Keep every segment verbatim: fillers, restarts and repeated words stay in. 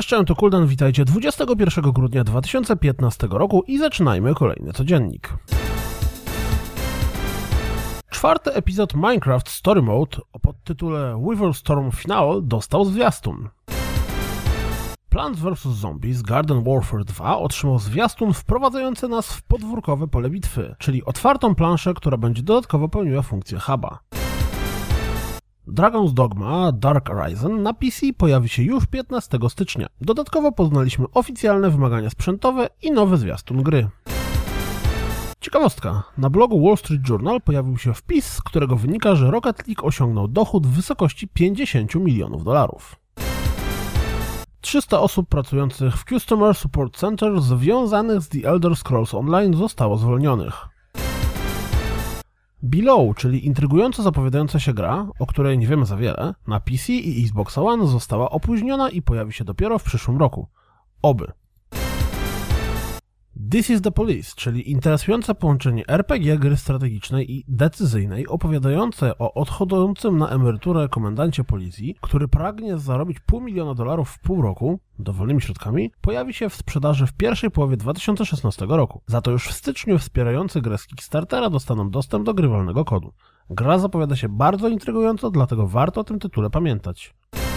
Cześć, cześć, to Kuldan, witajcie dwudziestego pierwszego grudnia dwa tysiące piętnastego roku i zaczynajmy kolejny codziennik. Czwarty epizod Minecraft Story Mode o podtytule Weevil Storm Final dostał zwiastun. Plants versus. Zombies Garden Warfare dwa otrzymał zwiastun wprowadzający nas w podwórkowe pole bitwy, czyli otwartą planszę, która będzie dodatkowo pełniła funkcję huba. Dragon's Dogma Dark Arisen na P C pojawi się już piętnastego stycznia. Dodatkowo poznaliśmy oficjalne wymagania sprzętowe i nowy zwiastun gry. Ciekawostka, na blogu Wall Street Journal pojawił się wpis, z którego wynika, że Rocket League osiągnął dochód w wysokości pięćdziesiąt milionów dolarów. trzysta osób pracujących w Customer Support Center związanych z The Elder Scrolls Online zostało zwolnionych. Below, czyli intrygująco zapowiadająca się gra, o której nie wiemy za wiele, na P C i Xbox One została opóźniona i pojawi się dopiero w przyszłym roku. Oby. This is the Police, czyli interesujące połączenie R P G, gry strategicznej i decyzyjnej, opowiadające o odchodzącym na emeryturę komendancie policji, który pragnie zarobić pół miliona dolarów w pół roku, dowolnymi środkami, pojawi się w sprzedaży w pierwszej połowie dwa tysiące szesnastego roku. Za to już w styczniu wspierający grę z Kickstartera dostaną dostęp do grywalnego kodu. Gra zapowiada się bardzo intrygująco, dlatego warto o tym tytule pamiętać.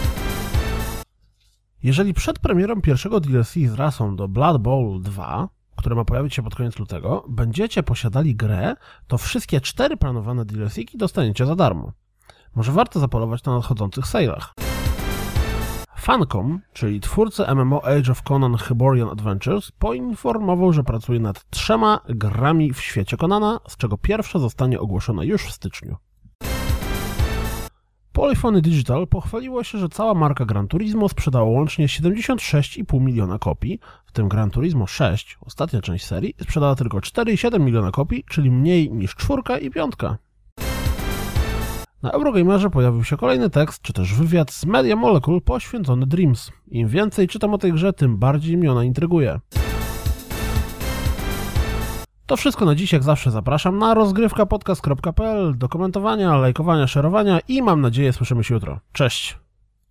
Jeżeli przed premierą pierwszego D L C z rasą do Blood Bowl dwa, które ma pojawić się pod koniec lutego, będziecie posiadali grę, to wszystkie cztery planowane D L C-ki dostaniecie za darmo. Może warto zapolować na nadchodzących sale'ach. Funcom, czyli twórcy M M O Age of Conan Hyborian Adventures, poinformował, że pracuje nad trzema grami w świecie Conana, z czego pierwsza zostanie ogłoszona już w styczniu. Polyphony Digital pochwaliło się, że cała marka Gran Turismo sprzedała łącznie siedemdziesiąt sześć i pół miliona kopii, w tym Gran Turismo sześć, ostatnia część serii, sprzedała tylko cztery i siedem miliona kopii, czyli mniej niż czwórka i piątka. Na Eurogamerze pojawił się kolejny tekst, czy też wywiad z Media Molecule poświęcony Dreams. Im więcej czytam o tej grze, tym bardziej mnie ona intryguje. To wszystko na dziś, jak zawsze zapraszam na rozgrywka podcast kropka p l do komentowania, lajkowania, szerowania i mam nadzieję słyszymy się jutro. Cześć!